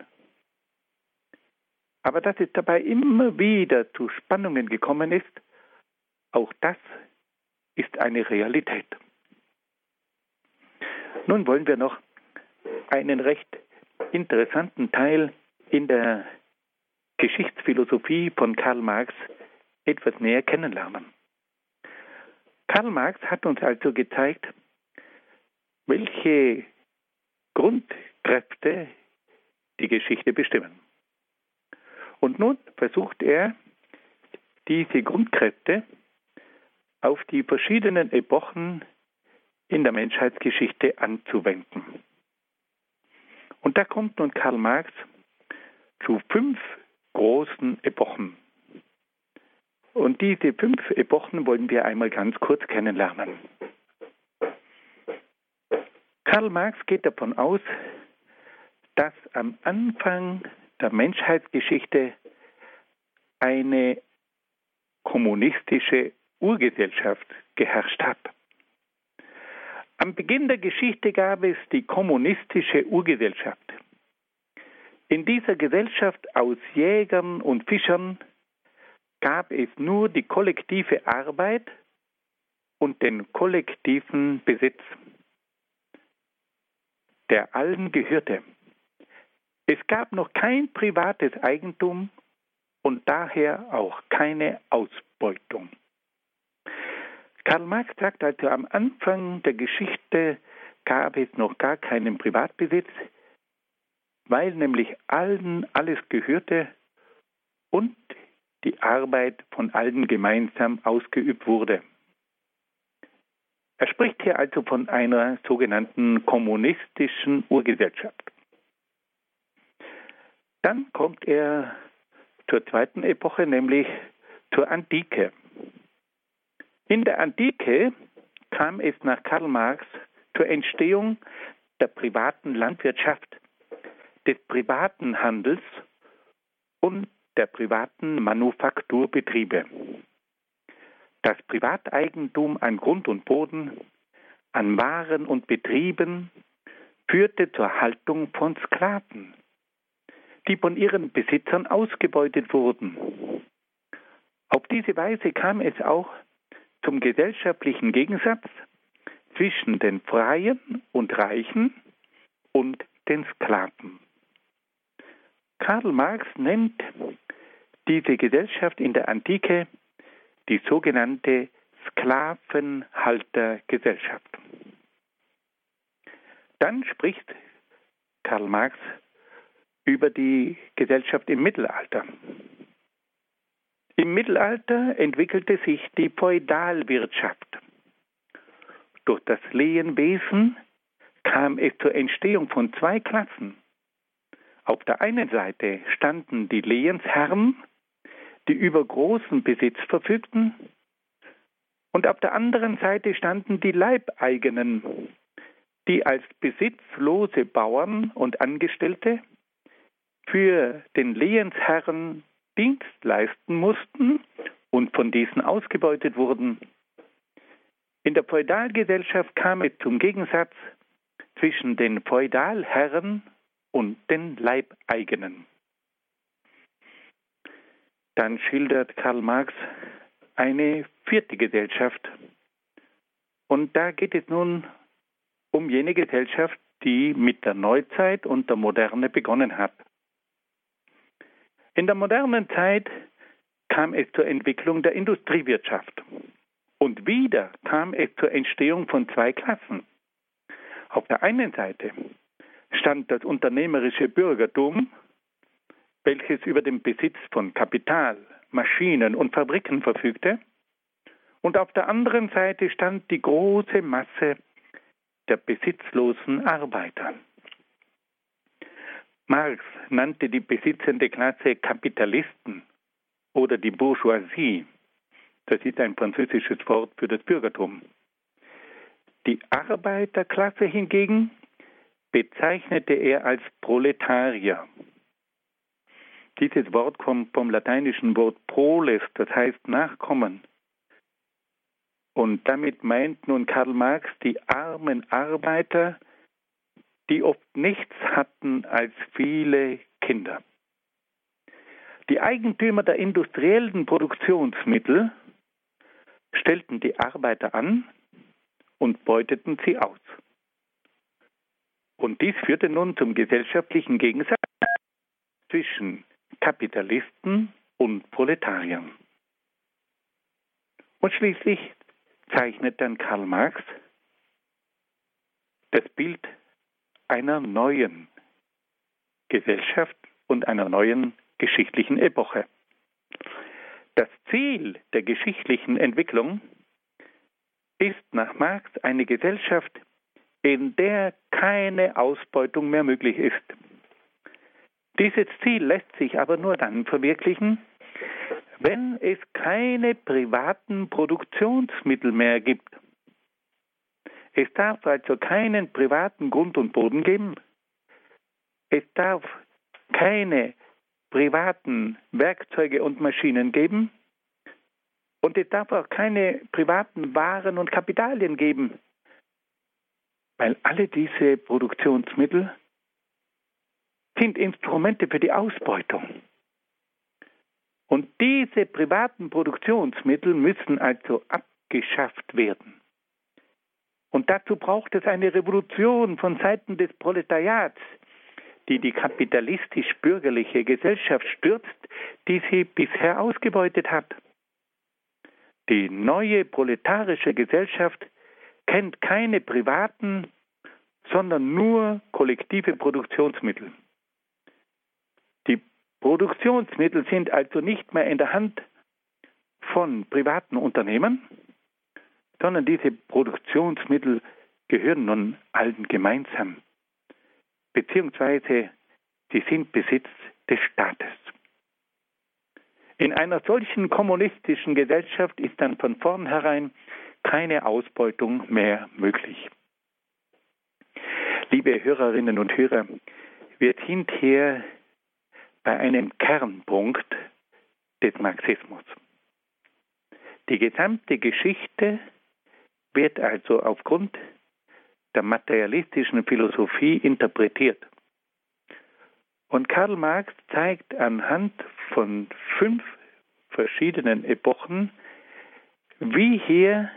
Aber dass es dabei immer wieder zu Spannungen gekommen ist, auch das ist eine Realität. Nun wollen wir noch einen recht interessanten Teil in der Geschichtsphilosophie von Karl Marx etwas näher kennenlernen. Karl Marx hat uns also gezeigt, welche Grundkräfte die Geschichte bestimmen. Und nun versucht er, diese Grundkräfte auf die verschiedenen Epochen in der Menschheitsgeschichte anzuwenden. Und da kommt nun Karl Marx zu fünf großen Epochen. Und diese fünf Epochen wollen wir einmal ganz kurz kennenlernen. Karl Marx geht davon aus, dass am Anfang der Menschheitsgeschichte eine kommunistische Urgesellschaft geherrscht hat. Am Beginn der Geschichte gab es die kommunistische Urgesellschaft. In dieser Gesellschaft aus Jägern und Fischern gab es nur die kollektive Arbeit und den kollektiven Besitz. der allen gehörte. Es gab noch kein privates Eigentum und daher auch keine Ausbeutung. Karl Marx sagt also, am Anfang der Geschichte gab es noch gar keinen Privatbesitz, weil nämlich allen alles gehörte und die Arbeit von allen gemeinsam ausgeübt wurde. Er spricht hier also von einer sogenannten kommunistischen Urgesellschaft. Dann kommt er zur zweiten Epoche, nämlich zur Antike. In der Antike kam es nach Karl Marx zur Entstehung der privaten Landwirtschaft, des privaten Handels und der privaten Manufakturbetriebe. Das Privateigentum an Grund und Boden, an Waren und Betrieben führte zur Haltung von Sklaven, die von ihren Besitzern ausgebeutet wurden. Auf diese Weise kam es auch zum gesellschaftlichen Gegensatz zwischen den Freien und Reichen und den Sklaven. Karl Marx nennt diese Gesellschaft in der Antike die sogenannte Sklavenhaltergesellschaft. Dann spricht Karl Marx über die Gesellschaft im Mittelalter. Im Mittelalter entwickelte sich die Feudalwirtschaft. Durch das Lehenwesen kam es zur Entstehung von zwei Klassen. Auf der einen Seite standen die Lehensherren, die über großen Besitz verfügten, und auf der anderen Seite standen die Leibeigenen, die als besitzlose Bauern und Angestellte für den Lehensherren Dienst leisten mussten und von diesen ausgebeutet wurden. In der Feudalgesellschaft kam es zum Gegensatz zwischen den Feudalherren und den Leibeigenen. Dann schildert Karl Marx eine vierte Gesellschaft. Und da geht es nun um jene Gesellschaft, die mit der Neuzeit und der Moderne begonnen hat. In der modernen Zeit kam es zur Entwicklung der Industriewirtschaft. Und wieder kam es zur Entstehung von zwei Klassen. Auf der einen Seite stand das unternehmerische Bürgertum, welches über den Besitz von Kapital, Maschinen und Fabriken verfügte. Und auf der anderen Seite stand die große Masse der besitzlosen Arbeiter. Marx nannte die besitzende Klasse Kapitalisten oder die Bourgeoisie. Das ist ein französisches Wort für das Bürgertum. Die Arbeiterklasse hingegen bezeichnete er als Proletarier. Dieses Wort kommt vom lateinischen Wort proles, das heißt Nachkommen. Und damit meint nun Karl Marx die armen Arbeiter, die oft nichts hatten als viele Kinder. Die Eigentümer der industriellen Produktionsmittel stellten die Arbeiter an und beuteten sie aus. Und dies führte nun zum gesellschaftlichen Gegensatz zwischen Kapitalisten und Proletariern. Und schließlich zeichnet dann Karl Marx das Bild einer neuen Gesellschaft und einer neuen geschichtlichen Epoche. Das Ziel der geschichtlichen Entwicklung ist nach Marx eine Gesellschaft, in der keine Ausbeutung mehr möglich ist. Dieses Ziel lässt sich aber nur dann verwirklichen, wenn es keine privaten Produktionsmittel mehr gibt. Es darf also keinen privaten Grund und Boden geben. Es darf keine privaten Werkzeuge und Maschinen geben. Und es darf auch keine privaten Waren und Kapitalien geben. Weil alle diese Produktionsmittel sind Instrumente für die Ausbeutung. Und diese privaten Produktionsmittel müssen also abgeschafft werden. Und dazu braucht es eine Revolution von Seiten des Proletariats, die die kapitalistisch-bürgerliche Gesellschaft stürzt, die sie bisher ausgebeutet hat. Die neue proletarische Gesellschaft kennt keine privaten, sondern nur kollektive Produktionsmittel. Die Produktionsmittel sind also nicht mehr in der Hand von privaten Unternehmen, sondern diese Produktionsmittel gehören nun allen gemeinsam, beziehungsweise sie sind Besitz des Staates. In einer solchen kommunistischen Gesellschaft ist dann von vornherein keine Ausbeutung mehr möglich. Liebe Hörerinnen und Hörer, wir sind hier bei einem Kernpunkt des Marxismus. Die gesamte Geschichte wird also aufgrund der materialistischen Philosophie interpretiert. Und Karl Marx zeigt anhand von fünf verschiedenen Epochen, wie hier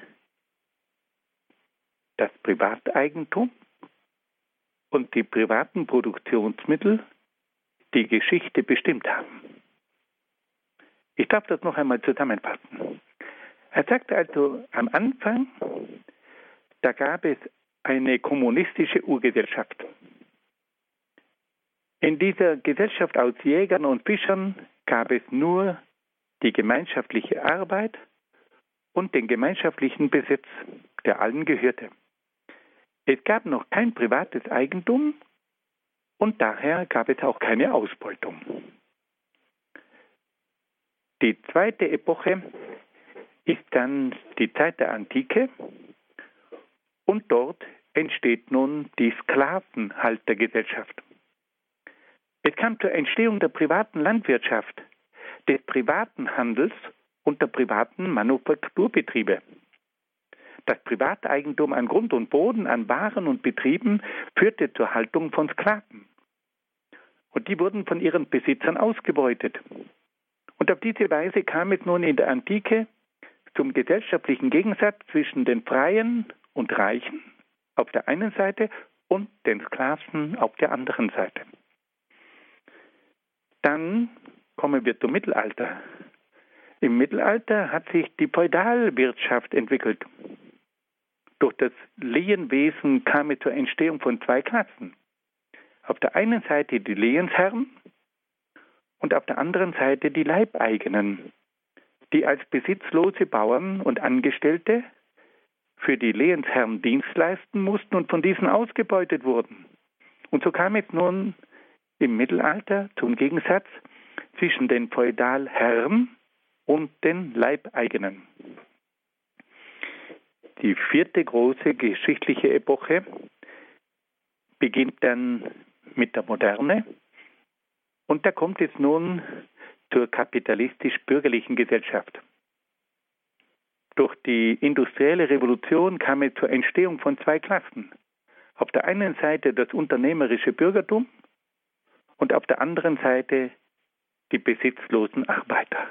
das Privateigentum und die privaten Produktionsmittel die Geschichte bestimmt haben. Ich darf das noch einmal zusammenfassen. Er sagt also am Anfang, da gab es eine kommunistische Urgesellschaft. In dieser Gesellschaft aus Jägern und Fischern gab es nur die gemeinschaftliche Arbeit und den gemeinschaftlichen Besitz, der allen gehörte. Es gab noch kein privates Eigentum und daher gab es auch keine Ausbeutung. Die zweite Epoche ist dann die Zeit der Antike und dort entsteht nun die Sklavenhaltergesellschaft. Es kam zur Entstehung der privaten Landwirtschaft, des privaten Handels und der privaten Manufakturbetriebe. Das Privateigentum an Grund und Boden, an Waren und Betrieben führte zur Haltung von Sklaven. Und die wurden von ihren Besitzern ausgebeutet. Und auf diese Weise kam es nun in der Antike zum gesellschaftlichen Gegensatz zwischen den Freien und Reichen auf der einen Seite und den Sklaven auf der anderen Seite. Dann kommen wir zum Mittelalter. Im Mittelalter hat sich die Feudalwirtschaft entwickelt. Durch das Lehenwesen kam es zur Entstehung von zwei Klassen. Auf der einen Seite die Lehensherren und auf der anderen Seite die Leibeigenen, die als besitzlose Bauern und Angestellte für die Lehensherren Dienst leisten mussten und von diesen ausgebeutet wurden. Und so kam es nun im Mittelalter zum Gegensatz zwischen den Feudalherren und den Leibeigenen. Die vierte große geschichtliche Epoche beginnt dann mit der Moderne und da kommt es nun zur kapitalistisch-bürgerlichen Gesellschaft. Durch die industrielle Revolution kam es zur Entstehung von zwei Klassen. Auf der einen Seite das unternehmerische Bürgertum und auf der anderen Seite die besitzlosen Arbeiter.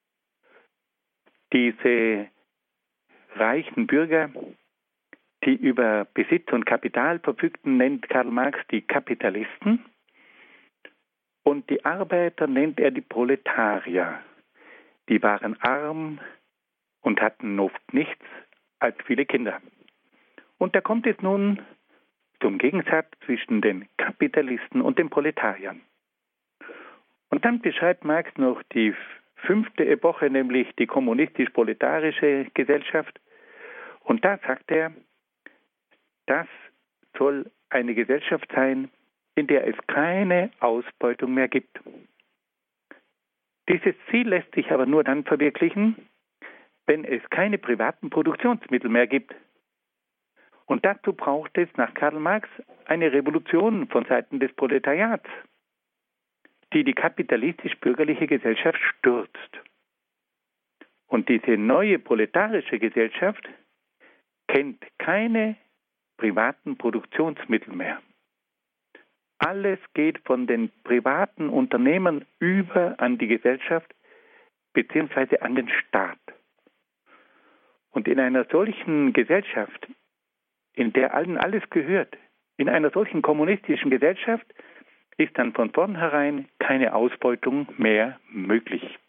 Diese reichen Bürger, die über Besitz und Kapital verfügten, nennt Karl Marx die Kapitalisten und die Arbeiter nennt er die Proletarier. Die waren arm und hatten oft nichts als viele Kinder. Und da kommt es nun zum Gegensatz zwischen den Kapitalisten und den Proletariern. Und dann beschreibt Marx noch die fünfte Epoche, nämlich die kommunistisch-proletarische Gesellschaft. Und da sagt er, das soll eine Gesellschaft sein, in der es keine Ausbeutung mehr gibt. Dieses Ziel lässt sich aber nur dann verwirklichen, wenn es keine privaten Produktionsmittel mehr gibt. Und dazu braucht es nach Karl Marx eine Revolution von Seiten des Proletariats, die die kapitalistisch-bürgerliche Gesellschaft stürzt. Und diese neue proletarische Gesellschaft kennt keine privaten Produktionsmittel mehr. Alles geht von den privaten Unternehmen über an die Gesellschaft bzw. an den Staat. Und in einer solchen Gesellschaft in der allen alles gehört, in einer solchen kommunistischen Gesellschaft ist dann von vornherein keine Ausbeutung mehr möglich.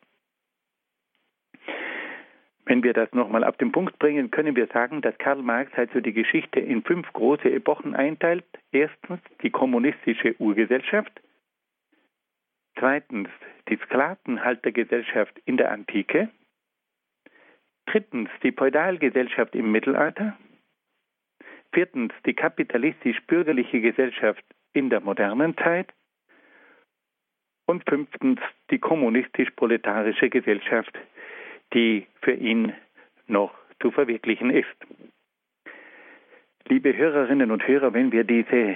Wenn wir das nochmal auf den Punkt bringen, können wir sagen, dass Karl Marx also die Geschichte in fünf große Epochen einteilt. Erstens die kommunistische Urgesellschaft. Zweitens die Sklavenhaltergesellschaft in der Antike. Drittens die Feudalgesellschaft im Mittelalter. Viertens die kapitalistisch-bürgerliche Gesellschaft in der modernen Zeit. Und fünftens die kommunistisch-proletarische Gesellschaft, die für ihn noch zu verwirklichen ist. Liebe Hörerinnen und Hörer, wenn wir diese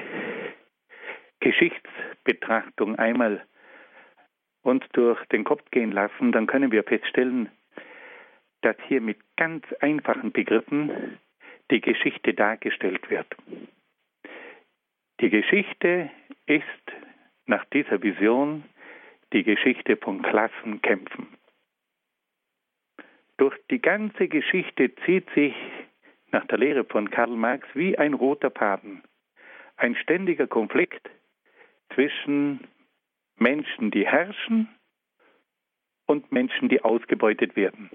Geschichtsbetrachtung einmal uns durch den Kopf gehen lassen, dann können wir feststellen, dass hier mit ganz einfachen Begriffen die Geschichte dargestellt wird. Die Geschichte ist nach dieser Vision die Geschichte von Klassenkämpfen. Durch die ganze Geschichte zieht sich nach der Lehre von Karl Marx wie ein roter Faden ein ständiger Konflikt zwischen Menschen, die herrschen, und Menschen, die ausgebeutet werden.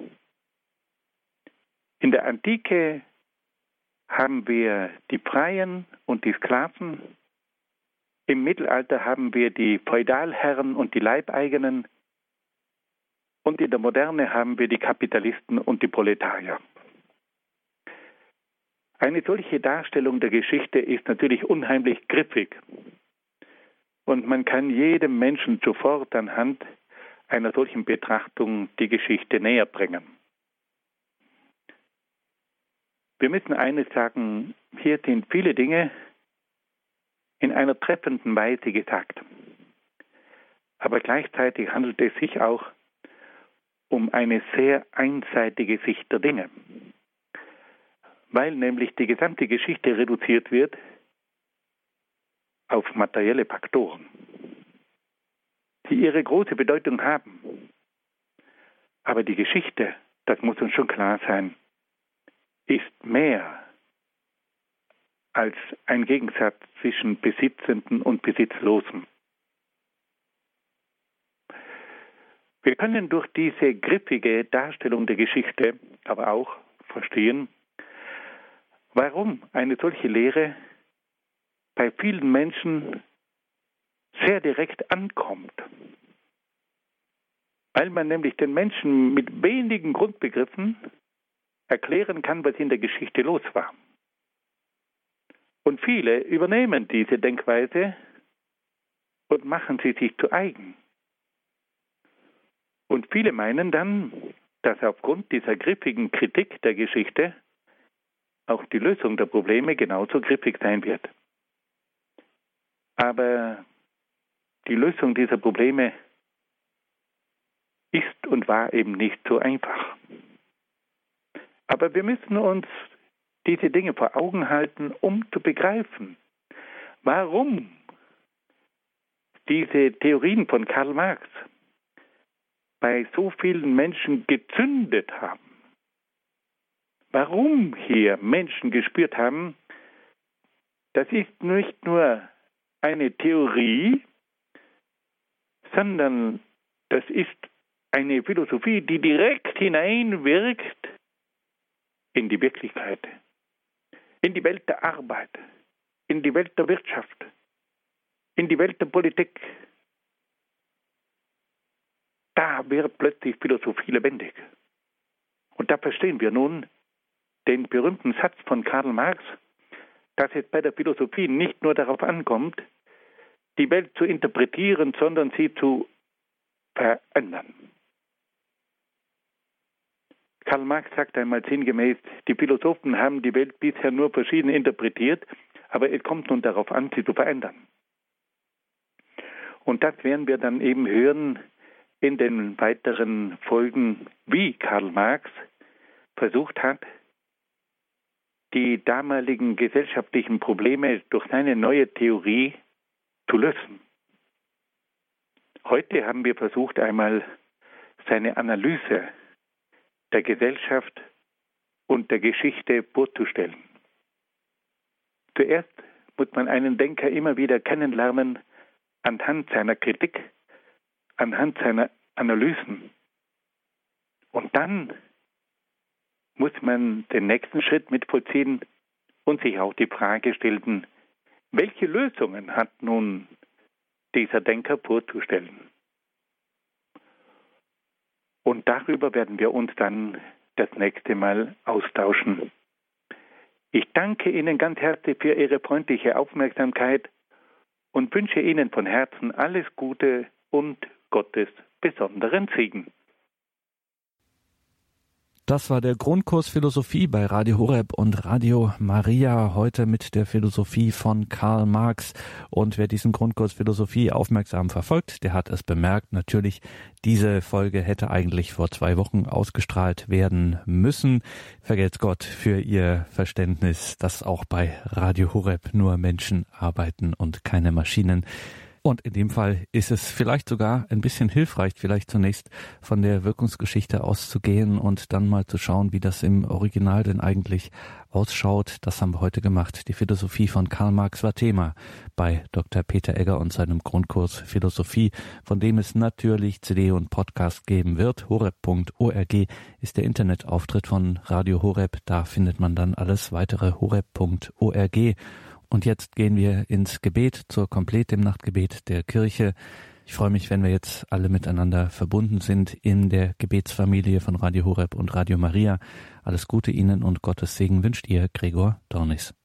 In der Antike haben wir die Freien und die Sklaven. Im Mittelalter haben wir die Feudalherren und die Leibeigenen. Und in der Moderne haben wir die Kapitalisten und die Proletarier. Eine solche Darstellung der Geschichte ist natürlich unheimlich griffig. Und man kann jedem Menschen sofort anhand einer solchen Betrachtung die Geschichte näher bringen. Wir müssen eines sagen, hier sind viele Dinge in einer treffenden Weise gesagt. Aber gleichzeitig handelt es sich auch um eine sehr einseitige Sicht der Dinge, weil nämlich die gesamte Geschichte reduziert wird auf materielle Faktoren, die ihre große Bedeutung haben. Aber die Geschichte, das muss uns schon klar sein, ist mehr als ein Gegensatz zwischen Besitzenden und Besitzlosen. Wir können durch diese griffige Darstellung der Geschichte aber auch verstehen, warum eine solche Lehre bei vielen Menschen sehr direkt ankommt. Weil man nämlich den Menschen mit wenigen Grundbegriffen erklären kann, was in der Geschichte los war. Und viele übernehmen diese Denkweise und machen sie sich zu eigen. Und viele meinen dann, dass aufgrund dieser griffigen Kritik der Geschichte auch die Lösung der Probleme genauso griffig sein wird. Aber die Lösung dieser Probleme ist und war eben nicht so einfach. Aber wir müssen uns diese Dinge vor Augen halten, um zu begreifen, warum diese Theorien von Karl Marx bei so vielen Menschen gezündet haben. Warum hier Menschen gespürt haben, das ist nicht nur eine Theorie, sondern das ist eine Philosophie, die direkt hineinwirkt in die Wirklichkeit, in die Welt der Arbeit, in die Welt der Wirtschaft, in die Welt der Politik. Da wird plötzlich Philosophie lebendig. Und da verstehen wir nun den berühmten Satz von Karl Marx, dass es bei der Philosophie nicht nur darauf ankommt, die Welt zu interpretieren, sondern sie zu verändern. Karl Marx sagt einmal sinngemäß, die Philosophen haben die Welt bisher nur verschieden interpretiert, aber es kommt nun darauf an, sie zu verändern. Und das werden wir dann eben hören in den weiteren Folgen, wie Karl Marx versucht hat, die damaligen gesellschaftlichen Probleme durch seine neue Theorie zu lösen. Heute haben wir versucht, einmal seine Analyse der Gesellschaft und der Geschichte vorzustellen. Zuerst muss man einen Denker immer wieder kennenlernen anhand seiner Kritik, anhand seiner Analysen. Und dann muss man den nächsten Schritt mit vollziehen und sich auch die Frage stellen, welche Lösungen hat nun dieser Denker vorzustellen? Und darüber werden wir uns dann das nächste Mal austauschen. Ich danke Ihnen ganz herzlich für Ihre freundliche Aufmerksamkeit und wünsche Ihnen von Herzen alles Gute und Gottes besonderen Segen. Das war der Grundkurs Philosophie bei Radio Horeb und Radio Maria, heute mit der Philosophie von Karl Marx. Und wer diesen Grundkurs Philosophie aufmerksam verfolgt, der hat es bemerkt. Natürlich, diese Folge hätte eigentlich vor zwei Wochen ausgestrahlt werden müssen. Vergelt's Gott für Ihr Verständnis, dass auch bei Radio Horeb nur Menschen arbeiten und keine Maschinen. Und in dem Fall ist es vielleicht sogar ein bisschen hilfreich, vielleicht zunächst von der Wirkungsgeschichte auszugehen und dann mal zu schauen, wie das im Original denn eigentlich ausschaut. Das haben wir heute gemacht. Die Philosophie von Karl Marx war Thema bei Doktor Peter Egger und seinem Grundkurs Philosophie, von dem es natürlich C D und Podcast geben wird. horeb punkt org ist der Internetauftritt von Radio Horeb. Da findet man dann alles weitere. horeb punkt org. Und jetzt gehen wir ins Gebet, zur Komplett, dem Nachtgebet der Kirche. Ich freue mich, wenn wir jetzt alle miteinander verbunden sind in der Gebetsfamilie von Radio Horeb und Radio Maria. Alles Gute Ihnen und Gottes Segen wünscht Ihr Gregor Dornis.